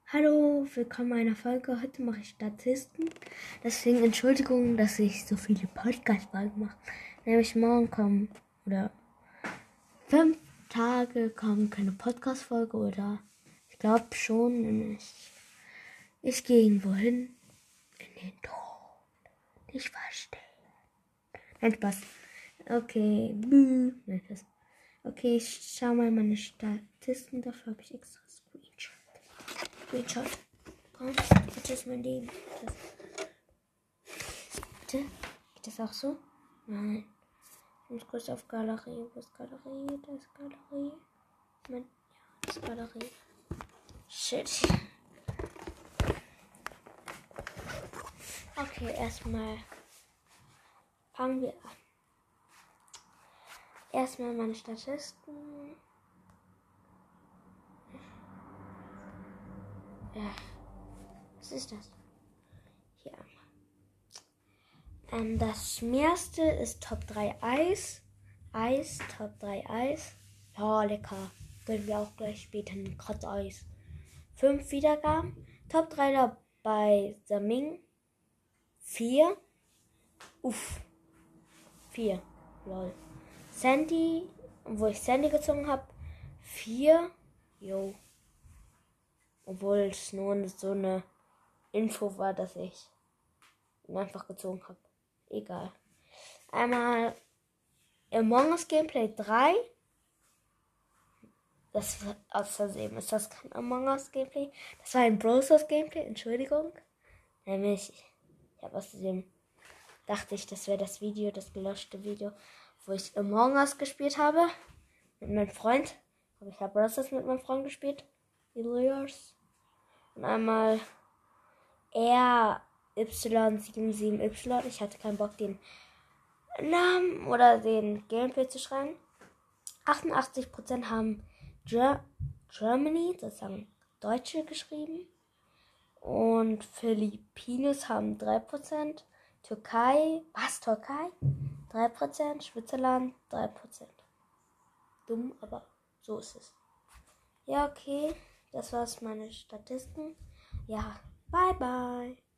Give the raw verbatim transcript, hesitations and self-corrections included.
Hallo, willkommen in einer Folge. Heute mache ich Statisten. Deswegen Entschuldigung, dass ich so viele Podcast-Folgen mache. Nämlich morgen kommen oder fünf Tage kommen keine Podcast-Folge oder ich glaube schon, nämlich ich gehe irgendwo hin in den Tod. Nicht verstehen. Nein, Spaß. Okay. Bü. Nein, Spaß. Okay, ich schau mal meine Statisten. Dafür habe ich extra Screenshot. Screenshot. Komm, das ist mein Leben. Das. Bitte? Geht das auch so? Nein. Ich muss kurz auf Galerie. Wo ist Galerie? Da ist Galerie. Mein, ja, das ist Galerie. Shit. Okay, erstmal fangen wir an. Erstmal meine Statisten. Ja. Was ist das? Hier. Ähm, das meiste ist Top drei Eis. Eis, Top drei Eis. Ja, lecker. Gönnen wir auch gleich später ein Kratzeis. fünf Wiedergaben. Top drei dabei Saming. vier. Uff. vier. Lol. Sandy, wo ich Sandy gezogen habe. vier. Jo. Obwohl es nur so eine Info war, dass ich ihn einfach gezogen habe. Egal. Einmal Among Us Gameplay drei. Das war aus Versehen. Ist das kein Among Us Gameplay? Das war ein Brawl Stars Gameplay. Entschuldigung. Nämlich, ich habe aus dem dachte ich, das wäre das Video, das gelöschte Video, wo ich Among Us gespielt habe. Mit meinem Freund. Aber ich habe Brawl Stars mit meinem Freund gespielt. Elias. Und einmal R Y sieben sieben Y. Ich hatte keinen Bock, den Namen oder den Gameplay zu schreiben. achtundachtzig Prozent haben Ger- Germany, sozusagen Deutsche, geschrieben. Und Philippinos haben drei Prozent. Türkei, was, Türkei? drei Prozent. Switzerland, drei Prozent. Dumm, aber so ist es. Ja, okay. Das war's, meine Statisten. Ja, bye bye.